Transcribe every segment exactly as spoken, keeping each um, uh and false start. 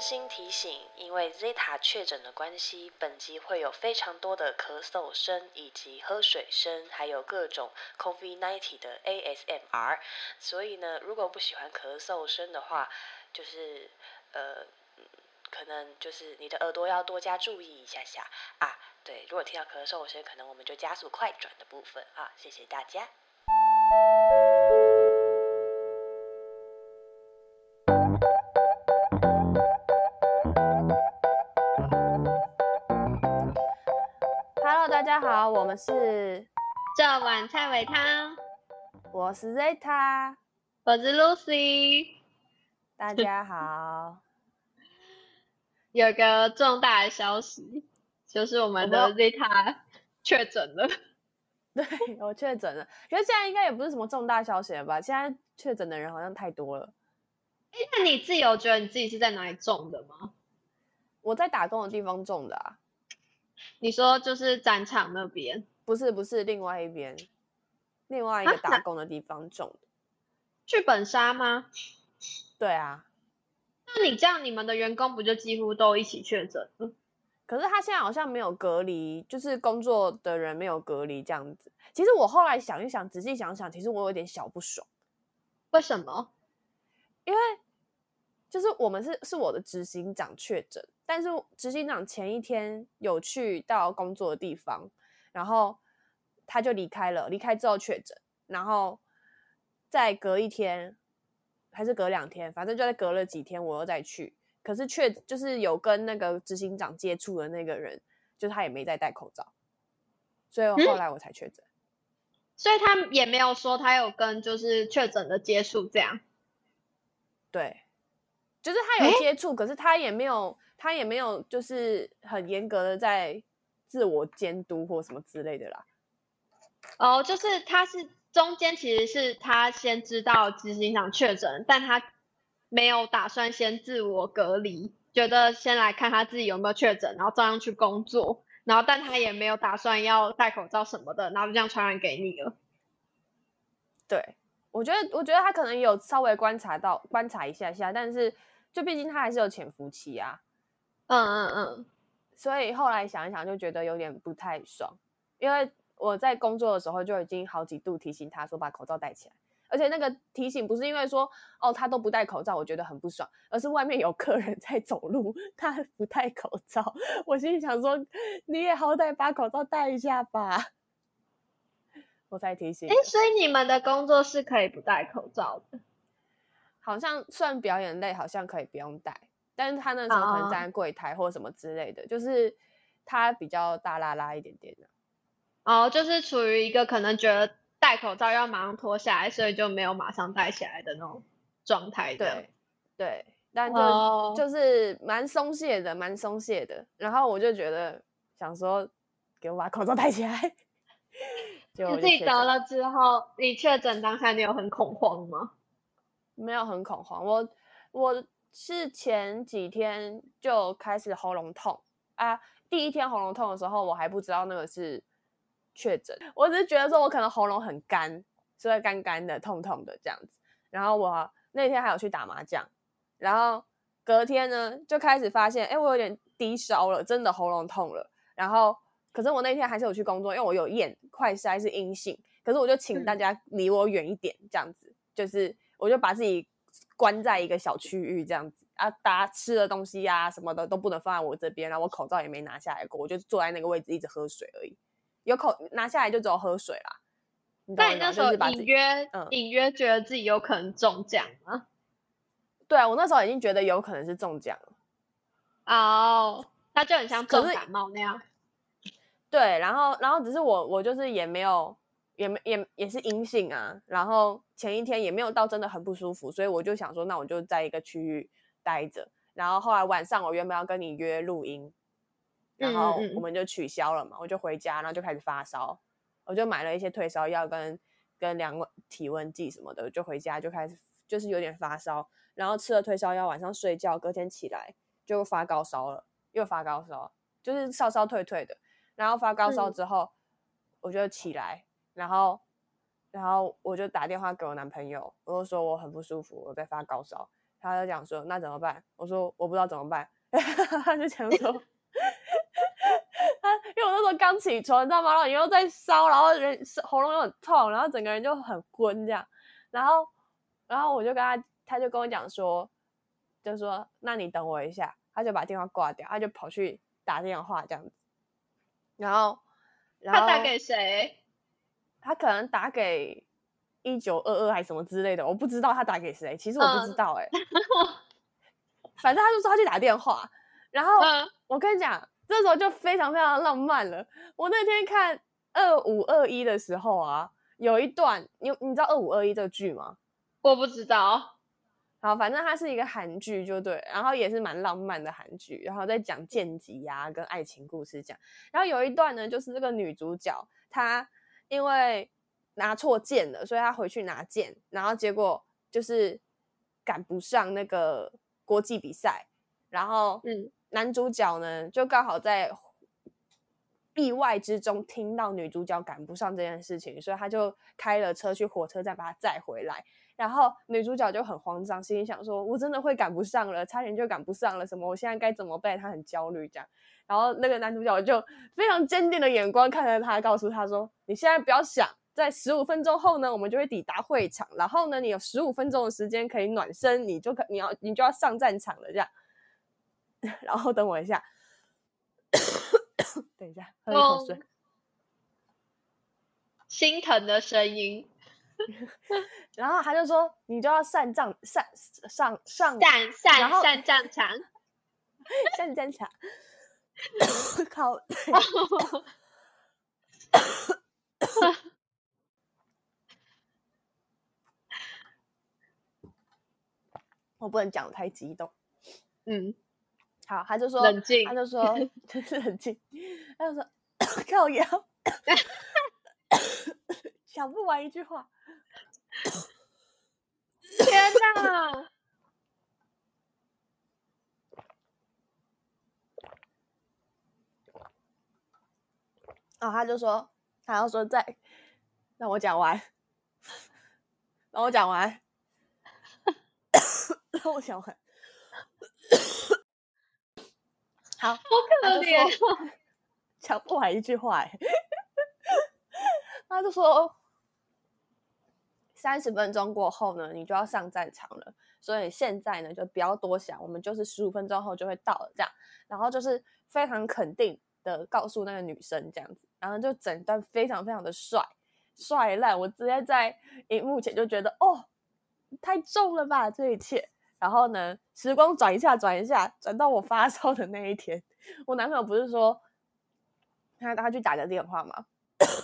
馨提醒，因为 Zeta 确诊的关系，本集会有非常多的咳嗽声，以及喝水声，还有各种 COVID 十九 的 A S M R。所以呢，如果不喜欢咳嗽声的话，就是呃，可能就是你的耳朵要多加注意一下下啊。对，如果听到咳嗽声，可能我们就加速快转的部分啊。谢谢大家。Hello， 大家好，我们是这碗菜尾汤， 我是 Zeta， 我是 Lucy。 大家好。 有个重大的消息，就是我们的 Zeta 确诊了。 对，我确诊了。可是现在应该也不是什么重大消息了吧？现在确诊的人好像太多了。 哎，那你自己有觉得你自己是在哪里中的吗？ 我在打工的地方中的啊。 你说就是展场那边？ 不是，不是，另外一边，另外一个打工的地方中的。 剧本杀吗？ 对啊。 那你这样，你们的员工不就几乎都一起确诊了？ 可是他现在好像没有隔离，就是工作的人没有隔离这样子。其实我后来想一想，仔细想想，其实我有点小不爽。 为什么？ 因为就是我们是是我的执行长确诊，但是执行长前一天有去到工作的地方，然后他就离开了，离开之后确诊，然后再隔一天还是隔两天，反正就在隔了几天我又再去，可是确就是有跟那个执行长接触的那个人，就是他也没再戴口罩，所以后来我才确诊。 嗯，所以他也没有说他有跟就是确诊的接触这样。 对，就是他有接触，可是他也没有，他也没有就是很严格的在自我监督或什么之类的啦。 哦，就是他是中间其实是他先知道执行长确诊，但他没有打算先自我隔离，觉得先来看他自己有没有确诊，然后照样去工作，然后但他也没有打算要戴口罩什么的，然后就这样传染给你了。 对，我觉得我觉得他可能有稍微观察到观察一下下，但是就毕竟他还是有潜伏期啊。 嗯嗯嗯。 所以后来想一想就觉得有点不太爽，因为我在工作的时候就已经好几度提醒他说把口罩戴起来，而且那个提醒不是因为说哦他都不戴口罩我觉得很不爽，而是外面有客人在走路他不戴口罩，我心里想说你也好歹把口罩戴一下吧，我才提醒。 哎，所以你们的工作是可以不戴口罩的？ 好像算表演类好像可以不用戴，但是他那时候可能站在柜台或什么之类的， oh. 就是他比较大拉拉一点点的。 哦，就是处于一个可能觉得戴口罩要马上脱下来，所以就没有马上戴起来的那种状态。 对对，但就、 oh. 就是蛮松懈的，蛮松懈的。然后我就觉得想说，给我把口罩戴起来。 你自己得了之后，你确诊当下你有很恐慌吗？ 没有很恐慌，我我是前几天就开始喉咙痛啊。第一天喉咙痛的时候，我还不知道那个是确诊，我只是觉得说我可能喉咙很干，所以干干的、痛痛的这样子。然后我那天还有去打麻将，然后隔天呢就开始发现，哎，我有点低烧了，真的喉咙痛了。然后可是我那天还是有去工作，因为我有验快筛是阴性，可是我就请大家离我远一点，这样子，就是我就把自己关在一个小区域这样子啊，大家吃的东西啊什么的都不能放在我这边，然后我口罩也没拿下来过，我就坐在那个位置一直喝水而已，有口拿下来就只有喝水啦。 那你那时候隐约、嗯、隐约觉得自己有可能中奖吗？ 对啊，我那时候已经觉得有可能是中奖了。 哦、oh, 那就很像重感冒那样。 对，然后然后只是我我就是也没有也没也也是阴性啊，然后前一天也没有到真的很不舒服，所以我就想说那我就在一个区域待着，然后后来晚上我原本要跟你约录音，然后我们就取消了嘛，我就回家，然后就开始发烧，我就买了一些退烧药跟跟量体温计什么的，就回家就开始就是有点发烧，然后吃了退烧药，晚上睡觉，隔天起来就发高烧了，又发高烧，就是烧烧退退的。然后发高烧之后、嗯、我就起来，然后然后我就打电话给我男朋友，我就说我很不舒服，我在发高烧， 他就讲说那怎么办？我说我不知道怎么办。他就讲说，他因为我那时候刚起床，你知道吗？然后你又在烧，然后人喉咙又很痛，然后整个人就很昏这样。然后，然后我就跟他，他就跟我讲说，就说那你等我一下，他就把电话挂掉，他就跑去打电话这样子。然后，然后他打给谁？ 他可能打给一九二二还什么之类的，我不知道他打给谁，其实我不知道哎、欸。嗯反正他就说他去打电话，然后、嗯、我跟你讲，这时候就非常非常浪漫了。我那天看二五二一的时候啊，有一段，你你知道二五二一这个剧吗？ 我不知道。 好，反正它是一个韩剧，就对，然后也是蛮浪漫的韩剧，然后在讲剑击啊跟爱情故事这样。然后有一段呢，就是这个女主角她因为拿错剑了，所以她回去拿剑，然后结果就是赶不上那个国际比赛，然后男主角呢就刚好在意外之中听到女主角赶不上这件事情，所以他就开了车去火车站把她载回来。然后女主角就很慌张，心里想说我真的会赶不上了，差点就赶不上了，什么我现在该怎么办？她很焦虑这样。然后那个男主角就非常坚定的眼光看着她，告诉她说你现在不要想，在十五分钟后呢我们就会抵达会场，然后呢你有十五分钟的时间可以暖身，你就可你要你就要上战场了这样。然后等我一下等一下喝一口水、哦、 心疼的声音然后他就说你就要上战上上上上上上战场上战场靠我不能讲得太激动。嗯，好，他就说冷静， 他就说冷静，他就说靠腰讲不完一句话。 天哪！ 然后他就说，他要说再让我讲完，让我讲完，让我讲完。好， 好可怜哦， 讲不完一句话哎。他就说，三十分钟过后呢，你就要上战场了，所以现在呢就不要多想，我们就是十五分钟后就会到了这样。然后就是非常肯定的告诉那个女生这样子，然后就整段非常非常的帅，帅烂，我直接在荧幕前就觉得哦，太重了吧这一切。然后呢，时光转一下转一下，转到我发烧的那一天，我男朋友不是说他他去打个电话吗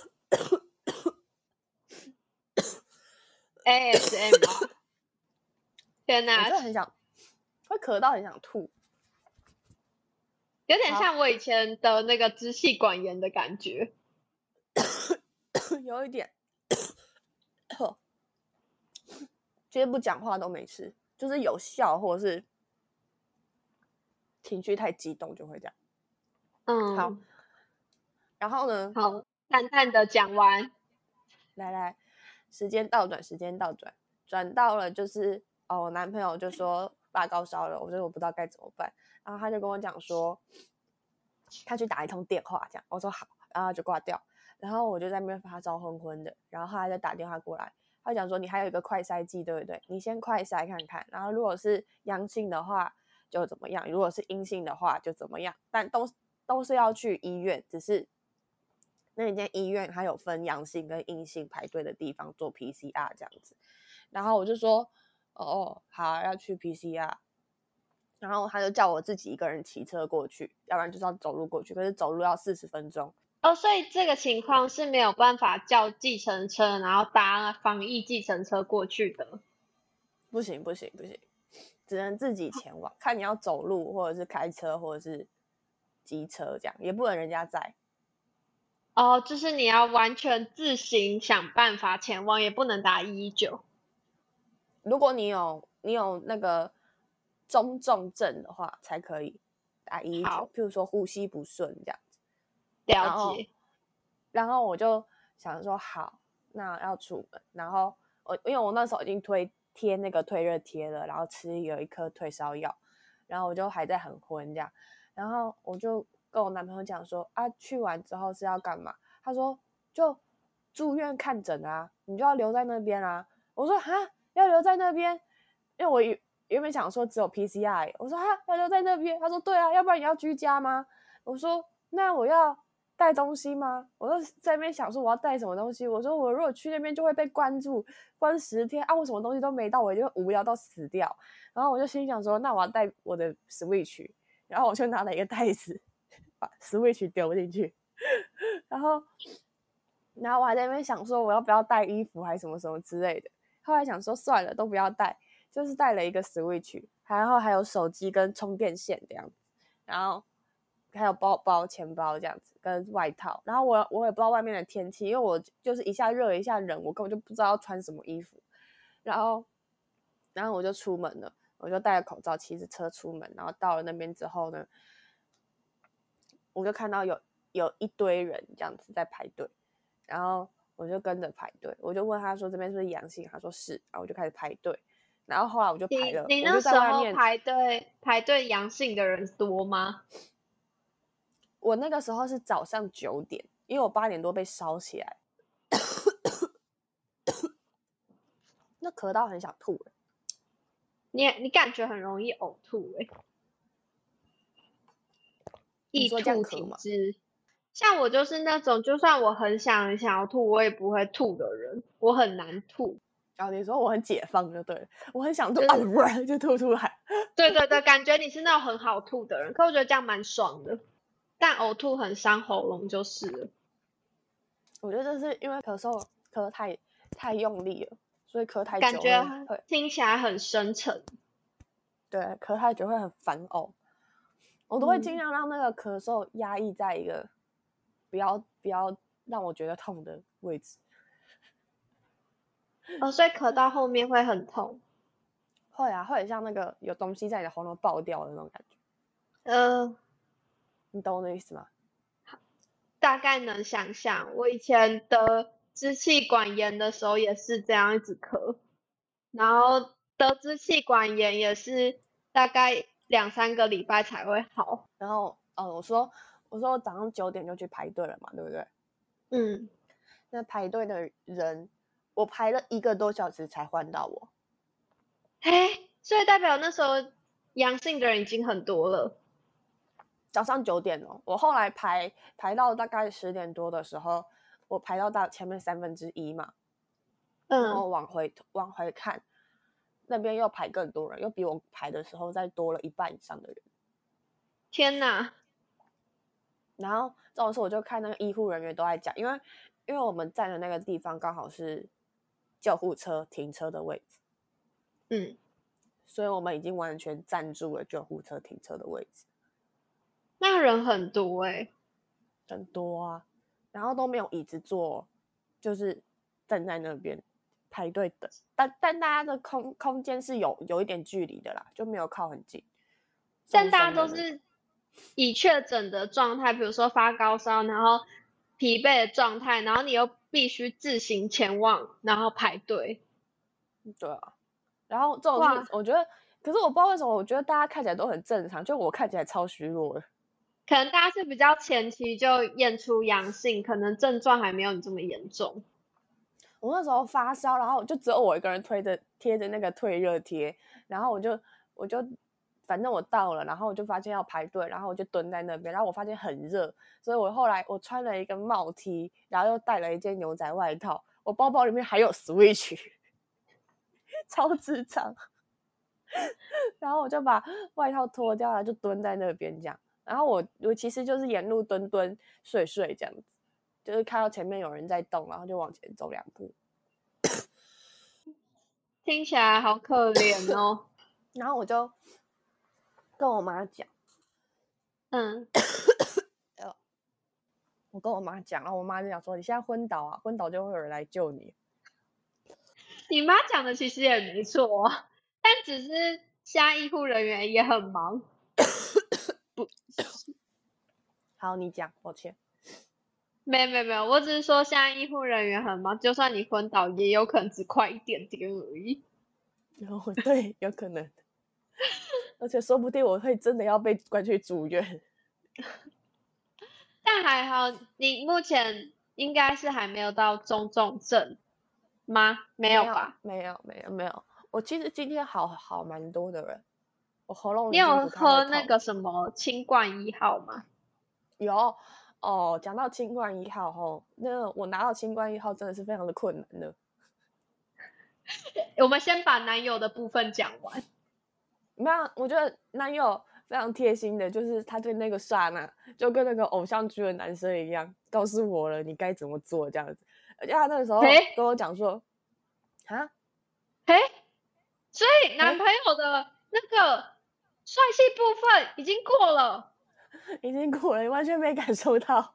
？A S M R 天哪， 我真的很想，会咳到很想吐， 有点像我以前的那个支气管炎的感觉， 有一点。其实不讲话都没事，就是有笑或者是情绪太激动就会这样。嗯，好。然后呢？ 好，淡淡的讲完。 来来，时间倒转，时间倒转，转到了就是哦，我男朋友就说发高烧了，我说我不知道该怎么办，然后他就跟我讲说，他去打一通电话，这样我说好，然后他就挂掉，然后我就在那边发烧昏昏的，然后他再打电话过来。他讲说你还有一个快筛剂对不对？你先快筛看看，然后如果是阳性的话就怎么样，如果是阴性的话就怎么样，但都都是要去医院，只是那间医院它有分阳性跟阴性排队的地方做 P C R 这样子。然后我就说哦好，要去 P C R， 然后他就叫我自己一个人骑车过去，要不然就是要走路过去，可是走路要四十分钟。 哦，所以这个情况是没有办法叫计程车，然后搭防疫计程车过去的。 不行不行不行，只能自己前往，看你要走路或者是开车或者是机车这样，也不能人家载。 哦，就是你要完全自行想办法前往，也不能打一一九。 如果你有你有那个中重症的话，才可以打一一九，譬如说呼吸不顺这样。 了解。 然后，然后我就想说好，那要出门。然后我因为我那时候已经推贴那个退热贴了，然后吃有一颗退烧药，然后我就还在很昏这样，然后我就跟我男朋友讲说啊，去完之后是要干嘛？他说就住院看诊啊，你就要留在那边啊。我说哈，要留在那边，因为我原本想说只有 P C R， 我说哈要留在那边，他说对啊，要不然你要居家吗？我说那我要带东西吗？我就在那边想说我要带什么东西。我说我如果去那边就会被关住，关十天啊，我什么东西都没到，我就无聊到死掉。然后我就心想说，那我要带我的 Switch， 然后我就拿了一个袋子，把 Switch 丢进去，然后，然后我还在那边想说我要不要带衣服还是什么什么之类的。后来想说算了，都不要带，就是带了一个 Switch， 然后还有手机跟充电线这样子，然后。还有包包、钱包这样子，跟外套。然后我我也不知道外面的天气，因为我就是一下热一下冷，我根本就不知道要穿什么衣服。然后，然后我就出门了，我就戴着口罩骑着车出门。然后到了那边之后呢，我就看到有有一堆人这样子在排队，然后我就跟着排队。我就问他说这边是不是阳性？他说是，然后我就开始排队。然后后来我就排了， 你你我就那时候在外面排队排队阳性的人多吗？ 我那个时候是早上九点，因为我八点多被烧起来，那咳到很想吐了。 你你感觉很容易呕吐哎、欸，易吐体质。像我就是那种，就算我很想想要吐，我也不会吐的人，我很难吐。 然后你说我很解放就对了，我很想吐、就是、啊，不就吐出来。 对对对，感觉你是那种很好吐的人，可我觉得这样蛮爽的。但呕吐很伤喉咙就是了。 我觉得这是因为咳嗽咳太太用力了，所以咳太久感觉会听起来很深沉。 对，咳太久会很烦呕。我都会尽量让那个咳嗽压抑在一个不要不要让我觉得痛的位置。 哦，所以咳到后面会很痛。 会啊，会很像那个有东西在你的喉咙爆掉的那种感觉。 呃， 你懂我的意思吗？ 大概能想象，我以前得支气管炎的时候也是这样一直咳，然后得支气管炎也是大概两三个礼拜才会好。 然后哦，我说我说我早上九点就去排队了嘛，对不对？ 嗯， 那排队的人，我排了一个多小时才换到我。 嘿，所以代表那时候阳性的人已经很多了。 早上九点哦，我后来排排到大概十点多的时候，我排到大前面三分之一嘛， 嗯， 然后往回往回看，那边又排更多人，又比我排的时候再多了一半以上的人。 天哪！ 然后这种事我就看那个医护人员都在讲，因为因为我们站的那个地方刚好是救护车停车的位置， 嗯， 所以我们已经完全站住了救护车停车的位置。 那人很多哎、欸， 很多啊，然后都没有椅子坐，就是站在那边排队等。但但大家的空空间是有有一点距离的啦，就没有靠很近。 但大家都是以确诊的状态，比如说发高烧，然后疲惫的状态，然后你又必须自行前往，然后排队。 对啊，然后这种事我觉得，可是我不知道为什么，我觉得大家看起来都很正常，就我看起来超虚弱的。 可能大家是比较前期就验出阳性，可能症状还没有你这么严重。 我那时候发烧，然后就只有我一个人推着贴着那个退热贴，然后我就我就反正我到了，然后我就发现要排队，然后我就蹲在那边，然后我发现很热，所以我后来我穿了一个帽 T， 然后又带了一件牛仔外套，我包包里面还有 Switch， 超智障。然后我就把外套脱掉了，就蹲在那边这样。然后我我其实就是沿路蹲蹲睡睡这样子，就是看到前面有人在动，然后就往前走两步。 听起来好可怜哦。 然后我就跟我妈讲， 嗯， 我跟我妈讲，然后我妈就讲说：“你现在昏倒啊，昏倒就会有人来救你。” 你妈讲的其实也没错，但只是现在医护人员也很忙。 好，你讲，抱歉。 没有没有没有，我只是说现在医护人员很忙，就算你昏倒，也有可能只快一点点而已。 然后对，有可能，而且说不定我会真的要被关去住院。 但还好，你目前应该是还没有到中重症吗？没没有， 有吧？ 没有，没有，没有。我其实今天好好蛮多的人，我喉咙你有已经不太会痛。 喝那个什么清冠一号吗？ 有哦，讲到清冠一号吼，那我拿到清冠一号真的是非常的困难的。 我们先把男友的部分讲完。 没有，我觉得男友非常贴心的，就是他在那个刹那，就跟那个偶像剧的男生一样，告诉我了你该怎么做这样子。而且他那个时候嘿， 跟我讲说，啊， 嘿，所以男哎， 朋友的那个帅气部分已经过了。 已经过了，你完全没感受到。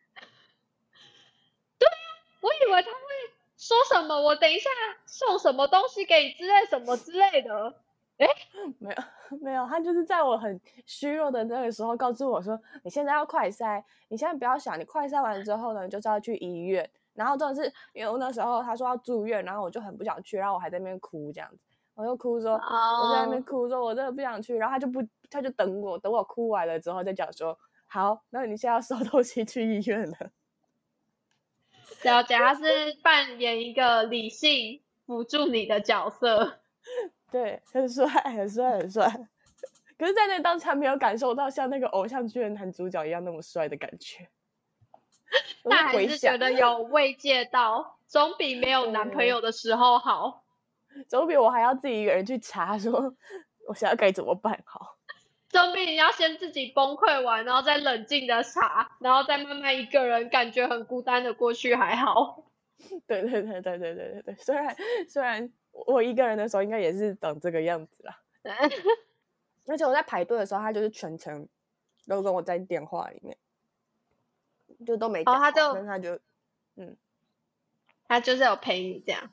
我以为他会说什么，我等一下送什么东西给你之类什么之类的。哎， 没有没有，他就是在我很虚弱的那个时候告诉我说，你现在要快筛，你现在不要想，你快筛完之后呢，你就是要去医院。然后真的是因为我那时候他说要住院，然后我就很不想去，然后我还在那边哭这样子，我就哭说我在那边哦， 哭说我真的不想去，然后他就不他就等我，等我哭完了之后再讲说好，那你现在要收东西去医院了。 了解，他是扮演一个理性辅助你的角色。 对，很帅，很帅，很帅。可是，在那当下没有感受到像那个偶像剧的男主角一样那么帅的感觉。 但还是觉得有慰藉到，总比没有男朋友的时候好。 总比我还要自己一个人去查说我现在该怎么办好。 总比你要先自己崩溃完，然后再冷静的查，然后再慢慢一个人感觉很孤单的过去还好。 对对对对对对对对，虽然虽然我一个人的时候应该也是长这个样子啦。而且我在排队的时候，他就是全程都跟我在电话里面，就都没讲话， 然后他就但他就嗯， 他就是有陪你这样。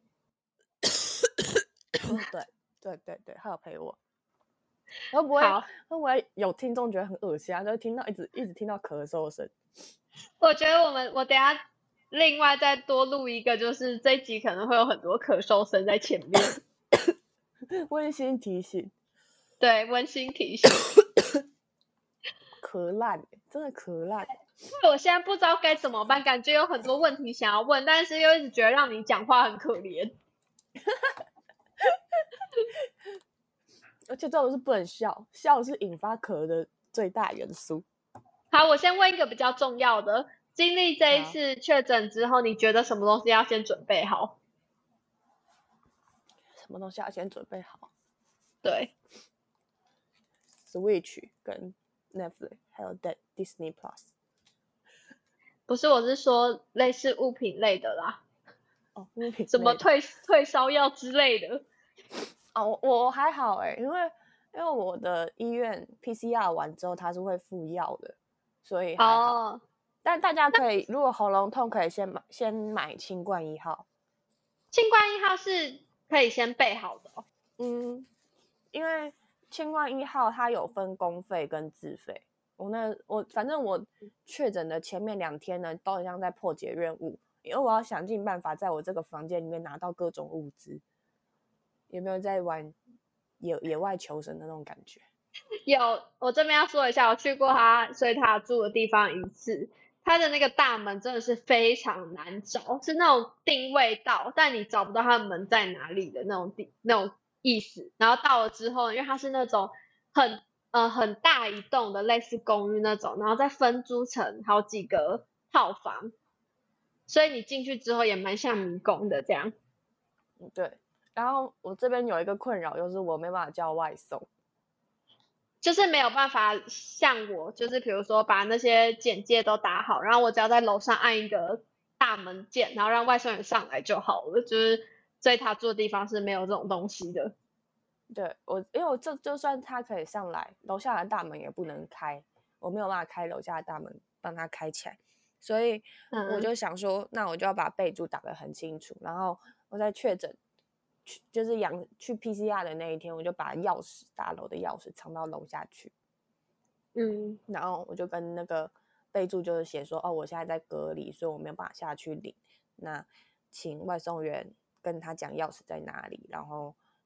对对对对，他有陪我。会不会好， 会不会有听众觉得很恶心啊？就听到一直一直听到咳嗽声。 我觉得我们我等一下另外再多录一个，就是这一集可能会有很多咳嗽声在前面。 温馨提醒， 对，温馨提醒。 咳烂，真的咳烂。 因为我现在不知道该怎么办，感觉有很多问题想要问，但是又一直觉得让你讲话很可怜。 而且这种是不能笑，笑是引发咳的最大元素。 好，我先问一个比较重要的，经历这一次确诊之后，你觉得什么东西要先准备好？ 什么东西要先准备好？ 对 ，Switch 跟 Netflix 还有 Disney Plus。 不是，我是说类似物品类的啦。 哦，物品什么退退烧药之类的。 哦，我还好哎，因为因为我的医院 P C R 完之后它是会附药的，所以还好。 哦， 但大家可以，如果喉咙痛可以先买先买清冠一号。 清冠一号是可以先备好的哦。 嗯，因为清冠一号它有分公费跟自费。我那我反正我确诊的前面两天呢，都很像在破解任务，因为我要想尽办法在我这个房间里面拿到各种物资。有没有在玩野野外求生的那种感觉？ 有，我这边要说一下，我去过他，所以他住的地方一次，他的那个大门真的是非常难找，是那种定位到，但你找不到他的门在哪里的那种地那种意思。然后到了之后，因为它是那种很呃很大一栋的类似公寓那种，然后再分租成好几个套房，所以你进去之后也蛮像迷宫的这样。 对，然后我这边有一个困扰，就是我没办法叫外送。 就是没有办法像我，就是比如说把那些简介都打好，然后我只要在楼上按一个大门键，然后让外送员上来就好了。就是在他住的地方是没有这种东西的。 对我，因为我这就算他可以上来，楼下的大门也不能开，我没有办法开楼下的大门帮他开起来，所以我就想说，嗯、那我就要把备注打得很清楚，然后我在确诊。就是阳去 P C R 的那一天，我就把钥匙大楼的钥匙藏到楼下去， 嗯， 然后我就跟那个备注就是写说，哦，我现在在隔离，所以我没有办法下去领，那请外送员跟他讲钥匙在哪里，然后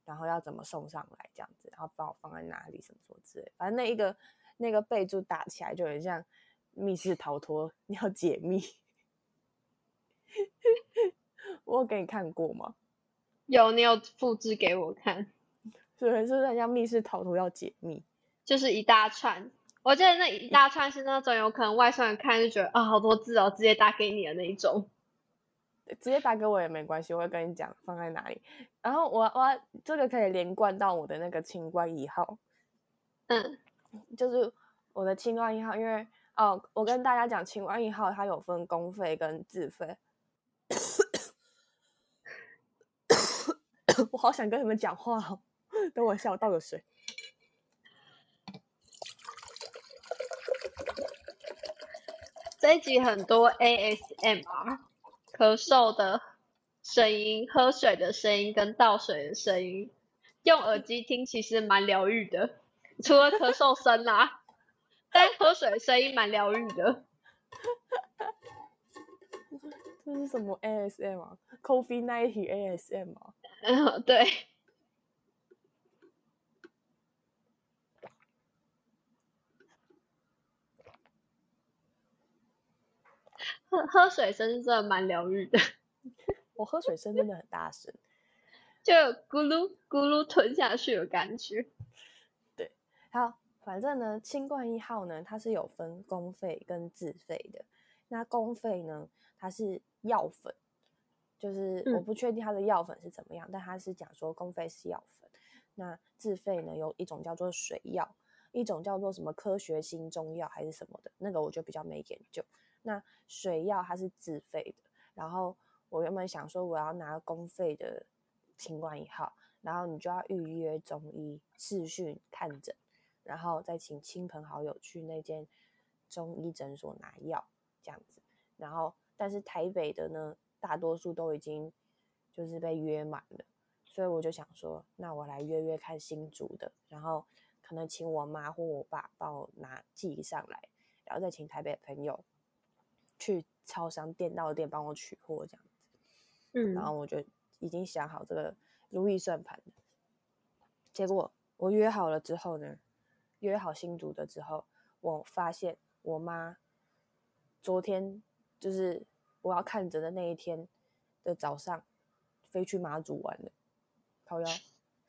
然后要怎么送上来这样子，然后帮我放在哪里什么什么之类的，反正那一个那个备注打起来就很像密室逃脱，你要解密。我有给你看过吗？ 有，你有复制给我看， 所以是不是很像密室逃脱要解密？ 就是一大串。我记得那一大串是那种有可能外送人看就觉得啊好多字哦，直接打给你的那一种。 直接打给我也没关系，我会跟你讲放在哪里。然后我我这个可以连贯到我的那个清关一号， 嗯， 就是我的清关一号，因为哦，我跟大家讲清关一号它有分公费跟自费。我好想跟你们讲话哦，等我一下，我倒个水。 这一集很多 A S M R， 咳嗽的声音、喝水的声音跟倒水的声音，用耳机听其实蛮疗愈的，除了咳嗽声啦、啊，但喝水的声音蛮疗愈的。 这是什么 A S M 啊 ？Coffee ninety A S M 啊？ 嗯，对。喝喝水声真的蛮疗愈的。 我喝水声真的很大声， 就有咕噜咕噜吞下去的感觉。 对，好，反正呢，清冠一号呢，它是有分公费跟自费的。那公费呢，它是药粉，就是我不确定它的药粉是怎么样，嗯、但它是讲说公费是药粉。那自费呢，有一种叫做水药，一种叫做什么科学新中药还是什么的，那个我就比较没研究。那水药它是自费的，然后我原本想说我要拿公费的清冠一号，然后你就要预约中医视讯看诊，然后再请亲朋好友去那间中医诊所拿药这样子。然后但是台北的呢，大多数都已经就是被约满了，所以我就想说，那我来约约看新竹的，然后可能请我妈或我爸帮我拿寄上来，然后再请台北的朋友去超商店到店帮我取货这样子。嗯，然后我就已经想好这个如意算盘了。结果我约好了之后呢，约好新竹的之后，我发现我妈昨天就是我要看诊的那一天的早上飞去马祖玩了，靠腰。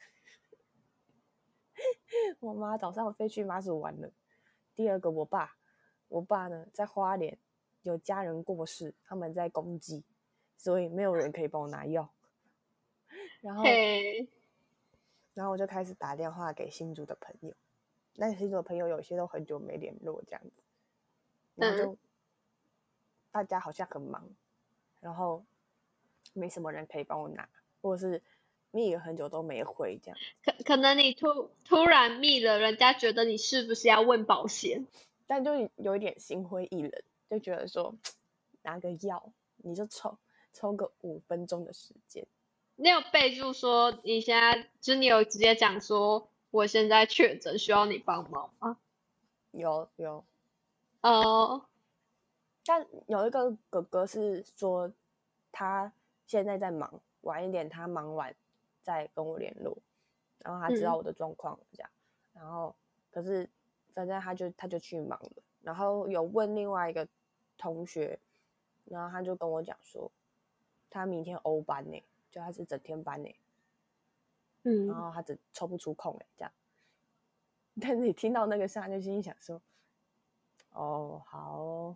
我妈早上飞去马祖玩了。第二个，我爸，我爸呢在花莲有家人过世，他们在公祭，所以没有人可以帮我拿药。然后， hey. 然后我就开始打电话给新竹的朋友，那新竹的朋友有些都很久没联络这样子，然后就、嗯、大家好像很忙，然后没什么人可以帮我拿，或者是密了很久都没回这样。 可可能你突突然密了，人家觉得你是不是要问保险， 但就有一点心灰意冷，就觉得说拿个药你就抽抽个五分钟的时间。 你有备注说你现在就是你有直接讲说我现在确诊需要你帮忙吗？ 有有。 哦、uh, 但有一个哥哥是说他现在在忙，晚一点他忙完再跟我联络，然后他知道我的状况这样、嗯、然后可是反正他就他就去忙了。然后有问另外一个同学，然后他就跟我讲说他明天欧班呢、欸，就他是整天班呢、欸，嗯，然后他只抽不出空哎、欸，这样。但是你听到那个声，就心里想说，哦，好哦，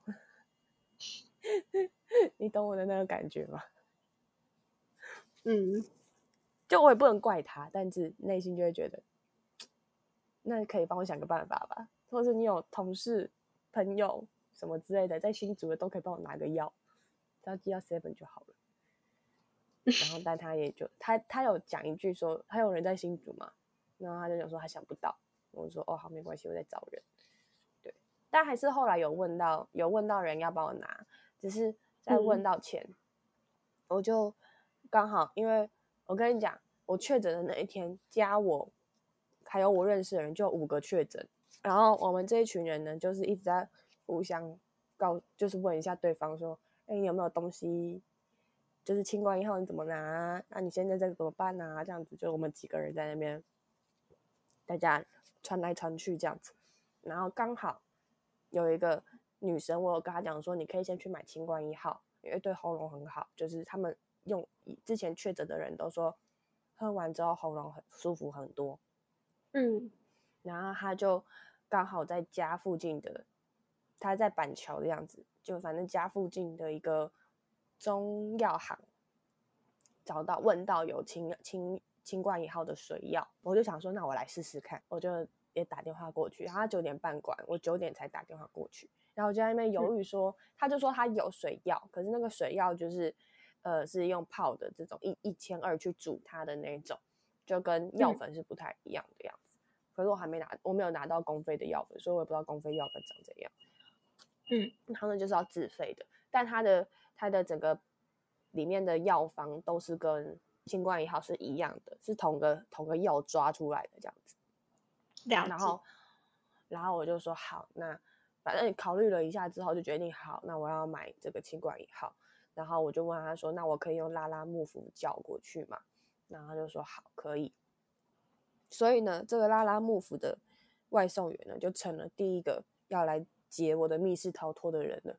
你懂我的那个感觉吗？嗯，就我也不能怪他，但是内心就会觉得，那可以帮我想个办法吧，或者你有同事、朋友什么之类的，在新竹的都可以帮我拿个药，只要寄到 seven 就好了。然后，但他也就他他有讲一句说，还有人在新竹嘛？然后他就讲说他想不到，我说哦好，没关系，我在找人。对，但还是后来有问到有问到人要帮我拿，只是在问到前，嗯、我就刚好因为我跟你讲，我确诊的那一天加我还有我认识的人就有五个确诊，然后我们这一群人呢，就是一直在互相告，就是问一下对方说，哎，你有没有东西就是清冠一号你怎么拿啊？那你现在这个怎么办啊？这样子就我们几个人在那边大家传来传去这样子，然后刚好有一个女生，我有跟她讲说，你可以先去买清冠一号，因为对喉咙很好，就是他们用之前确诊的人都说喝完之后喉咙很舒服很多。 嗯， 然后她就刚好在家附近的，她在板桥的样子，就反正家附近的一个中药行找到问到有清清清冠一号的水药，我就想说那我来试试看，我就也打电话过去，他九点半关，我九点才打电话过去，然后我就在那边犹豫说，他就说他有水药，可是那个水药就是呃是用泡的这种一一千二去煮它的那种，就跟药粉是不太一样的样子。可是我还没拿，我没有拿到公费的药粉，所以我也不知道公费药粉长怎样。 嗯， 然后呢就是要自费的，但它的它的整个里面的药方都是跟清冠一号是一样的，是同个同个药抓出来的这样子。 了解。 然后然后我就说好，那反正考虑了一下之后就决定好，那我要买这个清冠一号。然后我就问他说，那我可以用拉拉木符叫过去吗？然后他就说好，可以。所以呢，这个拉拉木符的外送员呢，就成了第一个要来解我的密室逃脱的人了。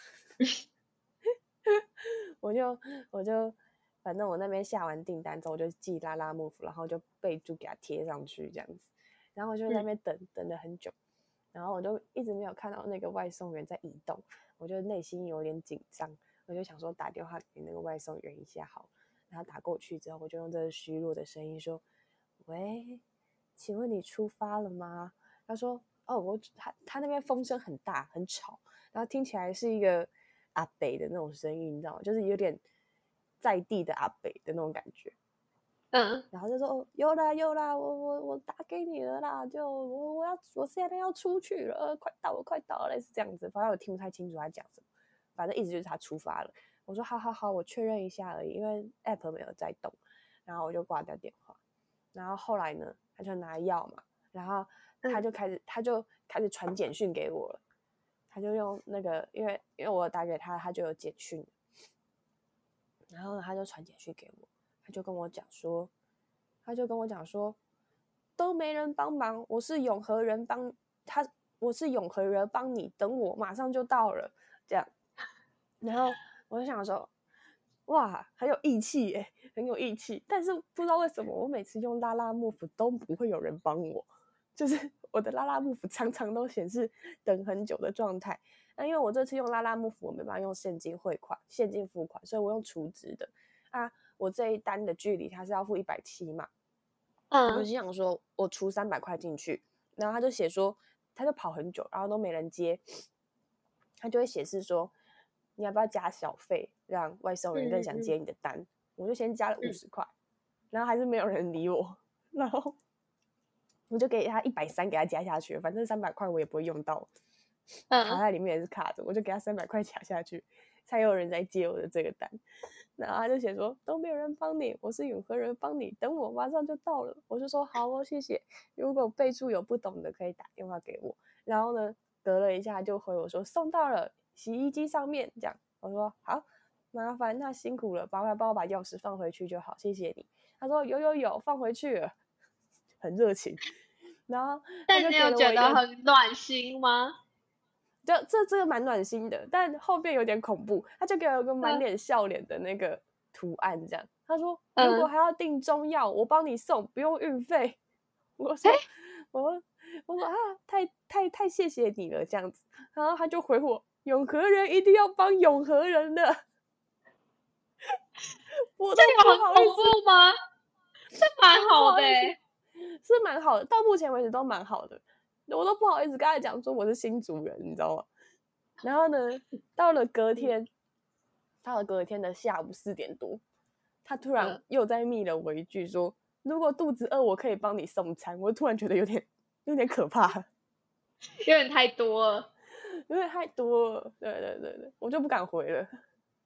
我就我就反正我那边下完订单之后，我就寄拉拉木符，然后就备注给他贴上去这样子。然后我就在那边等、嗯、等了很久，然后我就一直没有看到那个外送员在移动，我就内心有点紧张，我就想说打电话给那个外送员一下好。然后打过去之后，我就用这个虚弱的声音说：“喂，请问你出发了吗？”他说：“哦，我他他那边风声很大很吵，然后听起来是一个阿北的那种声音，你知道吗？就是有点在地的阿北的那种感觉。” 嗯， 然后就说、哦、有啦有啦，我我我打给你了啦，就我我要我现在要出去了，呃，快到了快到了，类似这样子。反正我听不太清楚他讲什么，反正意思就是他出发了。我说好好好，我确认一下而已，因为 app 没有在动。然后我就挂掉电话。然后后来呢，他就拿药嘛，然后他就开始、嗯、他就开始传简讯给我了。他就用那个，因为因为我打给他，他就有简讯，然后他就传简讯给我。他就跟我讲说，他就跟我讲说，都没人帮忙，我是永和人帮他，我是永和人帮你，等我马上就到了，这样。然后我就想说，哇，很有义气耶，很有义气。但是不知道为什么，我每次用拉拉木符都不会有人帮我，就是我的拉拉木符常常都显示等很久的状态。那因为我这次用拉拉木符，我没办法用现金汇款、现金付款，所以我用储值的啊。我这一单的距离他是要付一百七嘛，嗯，我就想说我出三百块进去，然后他就写说，他就跑很久，然后都没人接，他就会显示说你要不要加小费，让外送人更想接你的单。嗯嗯，我就先加了五十块，然后还是没有人理我，然后我就给他一百三给他加下去，反正三百块我也不会用到，卡在里面也是卡着，我就给他三百块加下去，才有人在接我的这个单。然后他就写说都没有人帮你，我是永和人帮你，等我马上就到了。我就说好哦，谢谢。如果备注有不懂的可以打电话给我。然后呢，隔了一下就回我说送到了，洗衣机上面这样。我说好，麻烦那辛苦了，麻烦帮我把钥匙放回去就好，谢谢你。他说有有有，放回去了，很热情。然后他就给了我一个， 但你有觉得很暖心吗？ 这这这个蛮暖心的，但后面有点恐怖。他就给我一个满脸笑脸的那个图案，这样。他说：“如果还要订中药，嗯、我帮你送，不用运费。”我说：“我我说啊，太太太谢谢你了，这样子。”然后他就回我：“永和人一定要帮永和人的。”我都不好意思， 这有很恐怖吗？这蛮好的、欸， 是蛮好的，到目前为止都蛮好的。我都不好意思跟他讲说我是新竹人，你知道吗？然后呢，到了隔天，到了隔天的下午四点多，他突然又在密了我一句说：“如果肚子饿，我可以帮你送餐。”我突然觉得有点有点可怕， 有点太多了， 有点太多了。对对对对，我就不敢回了。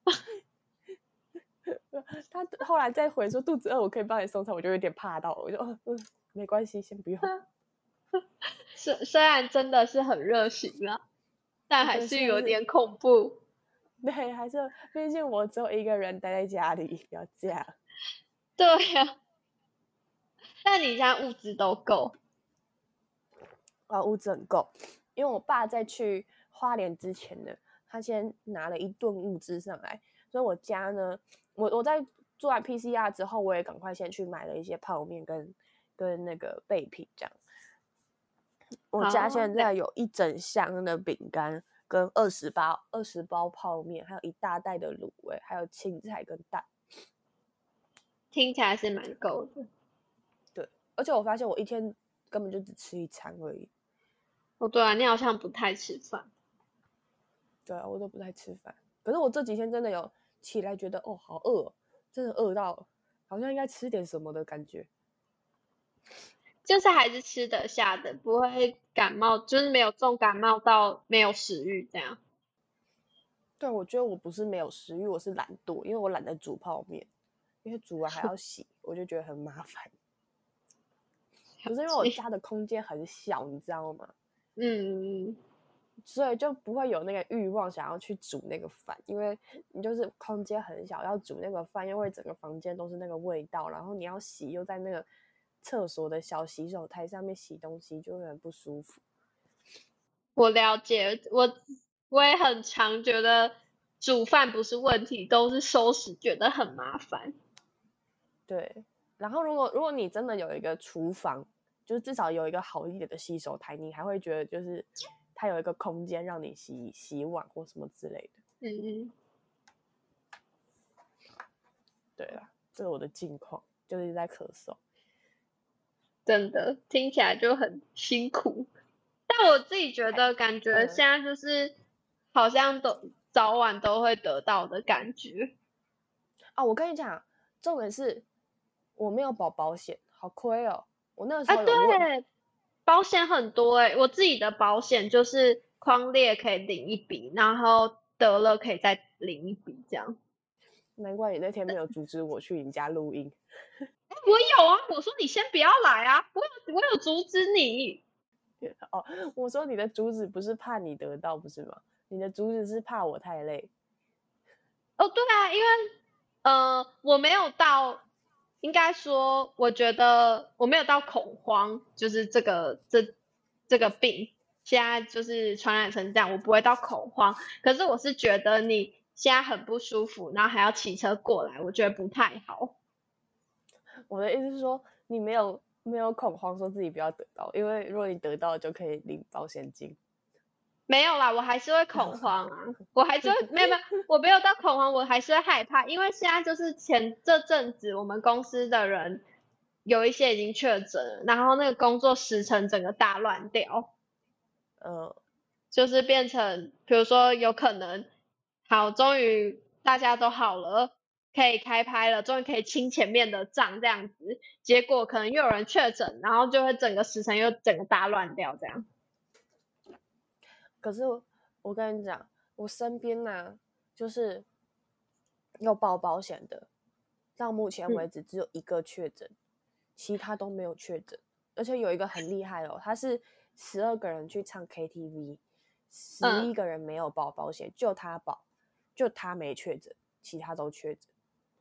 他后来再回说肚子饿，我可以帮你送餐，我就有点怕到了，我就嗯、呃、没关系，先不用。 虽虽然真的是很热情啦，但还是有点恐怖。 对，还是毕竟我只有一个人待在家里，不要这样。 对呀、啊，但你家物资都够。 啊，物资很够，因为我爸在去花莲之前呢，他先拿了一顿物资上来，所以我家呢，我我在做完 P C R 之后，我也赶快先去买了一些泡面跟跟那个备品，这样。我家现在有一整箱的饼干，跟二十包二十包泡面，还有一大袋的卤味，还有青菜跟蛋。 听起来是蛮够的。 对，而且我发现我一天根本就只吃一餐而已。 哦，对啊，你好像不太吃饭。 对啊，我都不太吃饭。可是我这几天真的有起来觉得哦，好饿哦，真的饿到好像应该吃点什么的感觉。 就是还是吃得下的，不会感冒，就是没有重感冒到没有食欲这样。 对，我觉得我不是没有食欲，我是懒惰，因为我懒得煮泡面，因为煮完还要洗，我就觉得很麻烦。可是因为我家的空间很小，你知道吗？ 嗯， 所以就不会有那个欲望想要去煮那个饭，因为你就是空间很小，要煮那个饭，又会整个房间都是那个味道，然后你要洗又在那个厕所的小洗手台上面洗东西，就会很不舒服。 我了解，我我也很常觉得煮饭不是问题，都是收拾觉得很麻烦。 对，然后如果如果你真的有一个厨房，就是至少有一个好一点的洗手台，你还会觉得就是它有一个空间让你洗洗碗或什么之类的。 嗯嗯， 对啦，这是我的近况，就是一直在咳嗽。 真的听起来就很辛苦。但我自己觉得，感觉嗯现在就是好像都早晚都会得到的感觉。 啊，我跟你讲，重点是我没有保保险，好亏哦。我那个时啊， 候有问， 对，保险很多诶、我自己的保险就是匡列可以领一笔，然后得了可以再领一笔这样。 难怪你那天没有阻止我去你家录音。 我有啊，我说你先不要来啊，我有我有阻止你。 哦，我说你的阻止不是怕你得到，不是吗？你的阻止是怕我太累。 哦，对啊，因为呃我没有到，应该说我觉得我没有到恐慌，就是这个这这个病现在就是传染成这样，我不会到恐慌。可是我是觉得你现在很不舒服，然后还要骑车过来，我觉得不太好。 我的意思是说，你没有没有恐慌，说自己不要得到，因为如果你得到，就可以领保险金。 没有啦，我还是会恐慌啊，我还是会没有没有，我没有到恐慌，我还是会害怕，因为现在就是前这阵子我们公司的人有一些已经确诊了，然后那个工作时程整个大乱掉， 呃， 就是变成比如说有可能好，终于大家都好了，可以开拍了，终于可以清前面的账这样子，结果可能又有人确诊，然后就会整个时程又整个大乱掉这样。 可是我跟你讲，我身边呢、啊，就是有保保险的，到目前为止只有一个确诊，其他都没有确诊。而且有一个很厉害哦，他是十二个人去唱 K T V， 十一个人没有保保险，就他保，就他没确诊，其他都确诊。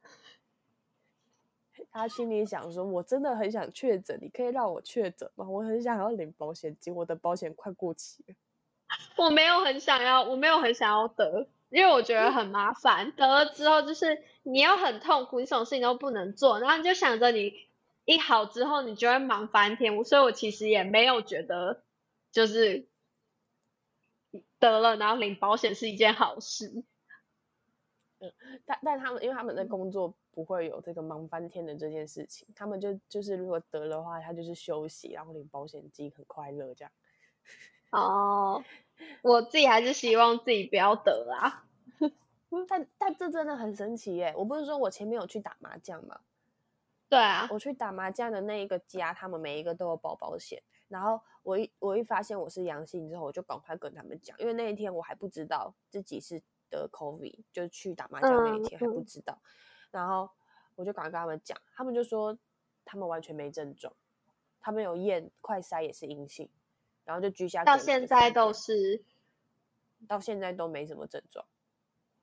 他心里想说：“我真的很想确诊，你可以让我确诊吗？我很想要领保险金，我的保险快过期了。” 我没有很想要，我没有很想要得，因为我觉得很麻烦。得了之后就是你要很痛苦，你什么事情都不能做，然后你就想着你一好之后你就会忙翻天。所以我其实也没有觉得就是得了然后领保险是一件好事。 嗯，但但他们因为他们的工作不会有这个忙翻天的这件事情，他们就就是如果得的话，他就是休息，然后领保险金，很快乐这样。 哦，我自己还是希望自己不要得啦。 但但这真的很神奇耶！我不是说我前面有去打麻将吗？ 对啊， 我去打麻将的那一个家，他们每一个都有保保险。然后我一我一发现我是阳性之后，我就赶快跟他们讲，因为那一天我还不知道自己是得 COVID，就是去打麻将那一天还不知道。嗯、然后我就赶快跟他们讲，他们就说他们完全没症状，他们有验快筛也是阴性，然后就居家到现在都是， 到现在都没什么症状。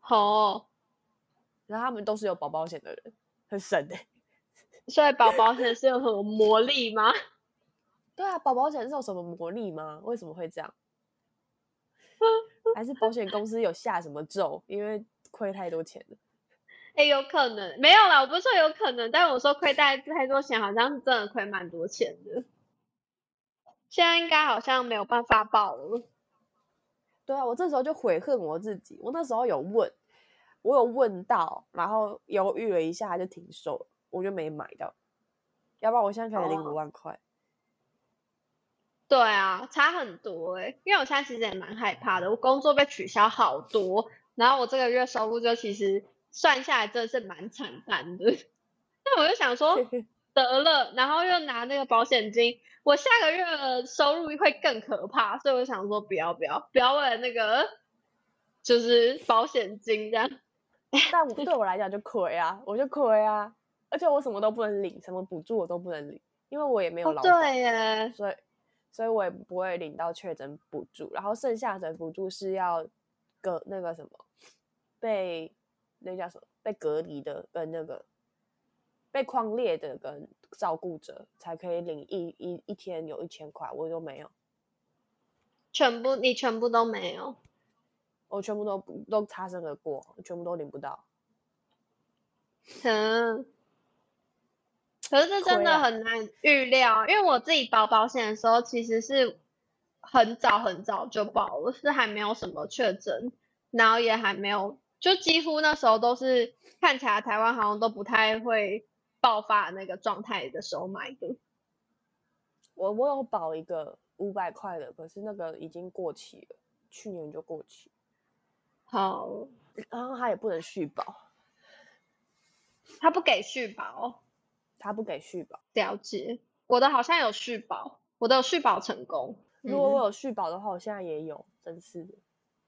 哦， 然后他们都是有保保险的人，很神哎、欸。 所以保保险是有什么魔力吗？ 对啊，保保险是有什么魔力吗？为什么会这样？还是保险公司有下什么咒？因为亏太多钱了。 哎、欸，有可能没有啦，我不是说有可能，但我说亏太太多钱，好像是真的亏蛮多钱的。现在应该好像没有办法保了。 对啊，我这时候就悔恨我自己，我那时候有问，我有问到，然后犹豫了一下就停售了，我就没买到，要不然我现在可以领五万块。哦， 对啊，差很多哎、欸，因为我现在其实也蛮害怕的，我工作被取消好多，然后我这个月收入就其实算下来真的是蛮惨淡的。那我就想说得了，然后又拿那个保险金，我下个月的收入会更可怕，所以我想说不要不要不要为了那个就是保险金这样。 但我对我来讲就亏啊，我就亏啊，而且我什么都不能领，什么补助我都不能领，因为我也没有哦， 劳保， 对耶， 所以所以我也不会领到确诊补助，然后剩下的补助是要隔那个什么被那叫什么被隔离的跟那个被匡列的跟照顾者才可以领一一一天有一千块，我都没有， 全部你全部都没有。 我全部都都擦身而过，全部都领不到。 嗯，可是这真的很难预料，因为我自己保保险的时候，其实是很早很早就保了，是还没有什么确诊，然后也还没有，就几乎那时候都是看起来台湾好像都不太会爆发那个状态的时候买的。 我我有保一个五百块的，可是那个已经过期了，去年就过期。 好， 然后他也不能续保， 他不给续保， 他不给续保。 了解。我的好像有续保，我的有续保成功。 如果我有续保的话，我现在也有，真是的。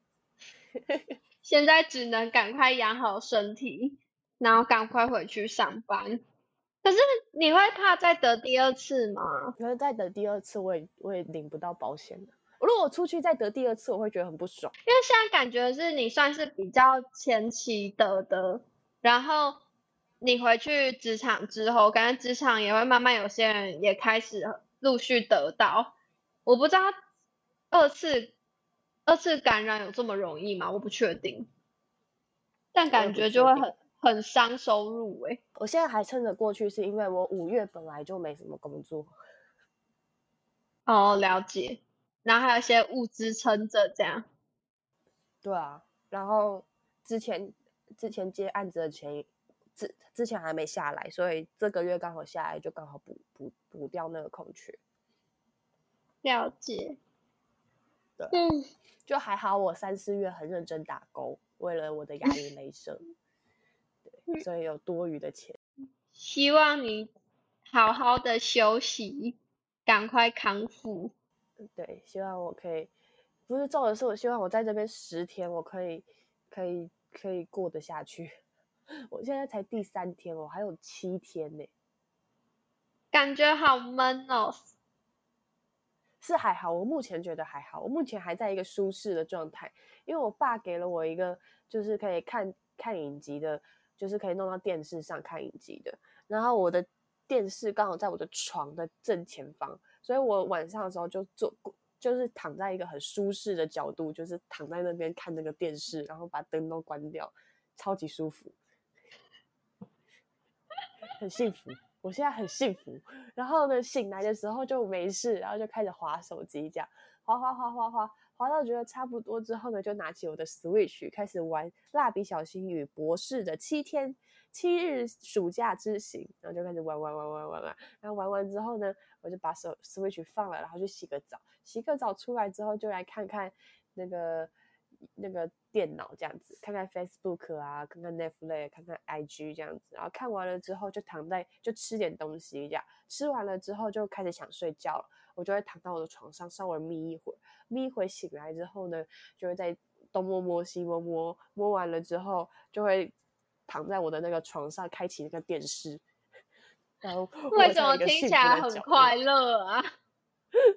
现在只能赶快养好身体，然后赶快回去上班。可是你会怕再得第二次吗？ 可是再得第二次，我也我也领不到保险了。如果我出去再得第二次，我会觉得很不爽。 因为现在感觉是你算是比较前期得的，然后你回去职场之后，感觉职场也会慢慢有些人也开始陆续得到。我不知道二次二次感染有这么容易吗？我不确定，但感觉就会很很伤收入诶、欸。 我现在还撑着过去，是因为我五月本来就没什么工作。 哦，了解。然后还有一些物资撑着这样。 对啊，然后之前之前接案子的钱，之之前还没下来，所以这个月刚好下来，就刚好补补补掉那个空缺。 了解。 对，嗯，就还好，我三四月很认真打工，为了我的牙龈雷射，对，所以有多余的钱。 希望你好好的休息，赶快康复。 对，希望我可以，不是重点是我希望我在这边十天，我可以可以可以过得下去。我现在才第三天，我还有七天呢， 感觉好闷哦。 是还好，我目前觉得还好，我目前还在一个舒适的状态，因为我爸给了我一个就是可以看看影集的，就是可以弄到电视上看影集的，然后我的电视刚好在我的床的正前方，所以我晚上的时候就坐，就是躺在一个很舒适的角度，就是躺在那边看那个电视，然后把灯都关掉，超级舒服，很幸福。我现在很幸福，然后呢，醒来的时候就没事，然后就开始滑手机，这样滑滑滑滑滑滑到觉得差不多之后呢，就拿起我的 Switch 开始玩《蜡笔小新与博士的七天七日暑假之行》，然后就开始玩玩玩玩玩玩，然后玩完之后呢，我就把手 Switch 放了，然后去洗个澡，洗个澡出来之后就来看看那个那个电脑这样子，看看 Facebook 啊，看看 Netflix， 看看 I G 这样子，然后看完了之后就躺在就吃点东西这样，吃完了之后就开始想睡觉了，我就会躺到我的床上稍微眯一会儿，眯一会醒来之后呢，就会在东摸摸西摸摸，摸完了之后就会躺在我的那个床上开启那个电视，然后为什么听起来很快乐啊？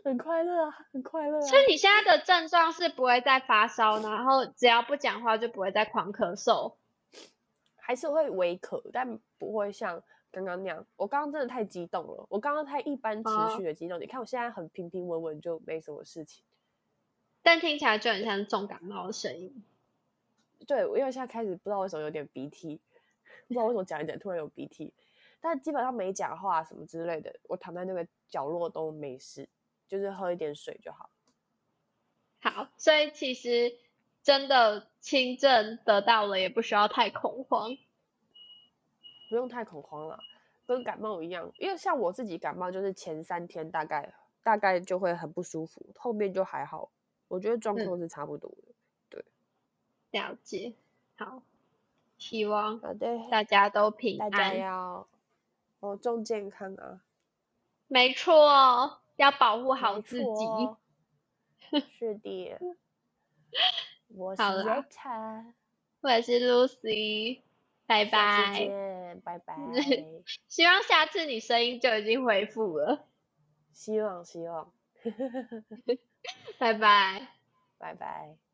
很快乐啊，很快乐啊。 所以你现在的症状是不会再发烧，然后只要不讲话就不会再狂咳嗽， 还是会微咳，但不会像刚刚那样。我刚刚真的太激动了，我刚刚太一般持续的激动。哦、你看我现在很平平稳稳，就没什么事情。 但听起来就很像重感冒的声音。 对，因为现在开始不知道为什么有点鼻涕，不知道为什么讲一讲突然有鼻涕，但基本上没讲话什么之类的，我躺在那个角落都没事，就是喝一点水就好。 好，所以其实真的轻症得到了，也不需要太恐慌。 不用太恐慌了，跟感冒一样，因为像我自己感冒，就是前三天大概大概就会很不舒服，后面就还好。我觉得状况是差不多的。嗯、对， 了解。好，希望好的， 大家都平安， 大家要保重健康啊。 没错，要保护好自己。 哦、是的。我是 Zeta， 我是 Lucy， 拜拜。 下次见，拜拜。 希望下次你声音就已经恢复了。 希望希望。 拜拜。 拜拜。